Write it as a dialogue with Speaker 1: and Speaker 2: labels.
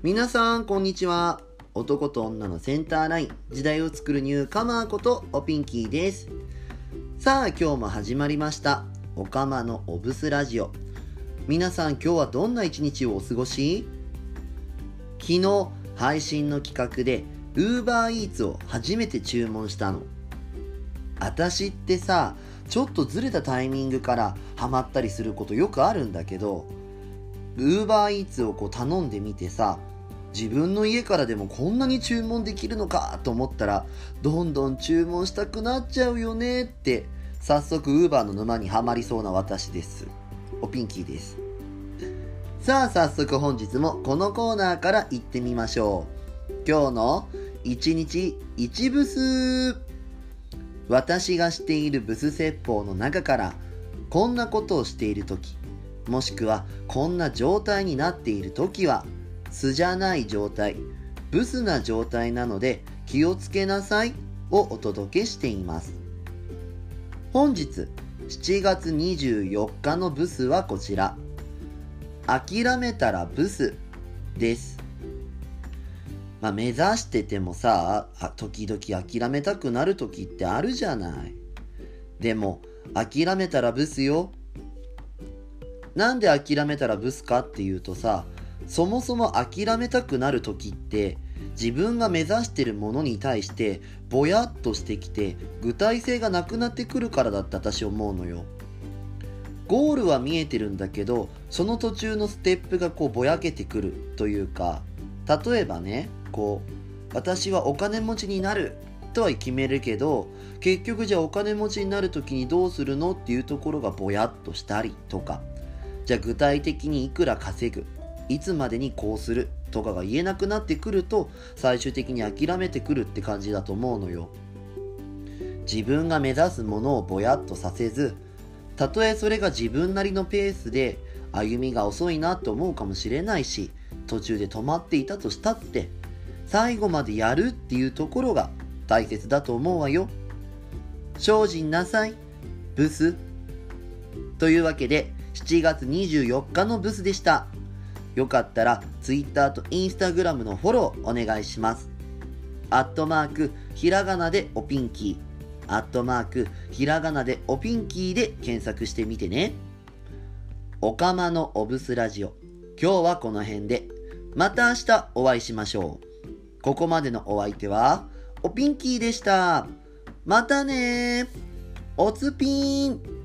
Speaker 1: 皆さんこんにちは。男と女のセンターライン、時代を作るニューカマーことおピンキーです。さあ今日も始まりましたおかまのおブスラジオ。皆さん今日はどんな一日をお過ごし？昨日配信の企画で UberEats を初めて注文したの。私ってさ、ちょっとずれたタイミングからハマったりすることよくあるんだけど、UberEats を頼んでみてさ、自分の家からでもこんなに注文できるのかと思ったら、どんどん注文したくなっちゃうよねって、早速 Uber の沼にはまりそうな私です。おピンキーです。さあ早速本日もこのコーナーから行ってみましょう。今日の一日一ブス。私がしているブス説法の中から、こんなことをしているとき、もしくはこんな状態になっているときは、素じゃない状態、ブスな状態なので気をつけなさいをお届けしています。本日7月24日のブスはこちら。諦めたらブスです。目指しててもさ、時々諦めたくなる時ってあるじゃない。でも諦めたらブスよ。なんで諦めたらブスかっていうとさ、そもそも諦めたくなる時って自分が目指してるものに対してぼやっとしてきて具体性がなくなってくるからだって私思うのよ。ゴールは見えてるんだけど、その途中のステップがぼやけてくるというか、例えばね、私はお金持ちになるとは決めるけど、結局じゃあお金持ちになる時にどうするのっていうところがぼやっとしたりとか、じゃあ具体的にいくら稼ぐ、いつまでにこうするとかが言えなくなってくると、最終的に諦めてくるって感じだと思うのよ。自分が目指すものをぼやっとさせず、たとえそれが自分なりのペースで歩みが遅いなと思うかもしれないし、途中で止まっていたとしたって、最後までやるっていうところが大切だと思うわよ。精進なさい、ブス。というわけで7月24日のブスでした。よかったら Twitter と Instagram のフォローお願いします。ひらがなでおピンキー、ひらがなでおピンキーで検索してみてね。おかまのおブスラジオ、今日はこの辺で。また明日お会いしましょう。ここまでのお相手はおピンキーでした。またねー。おつぴーん。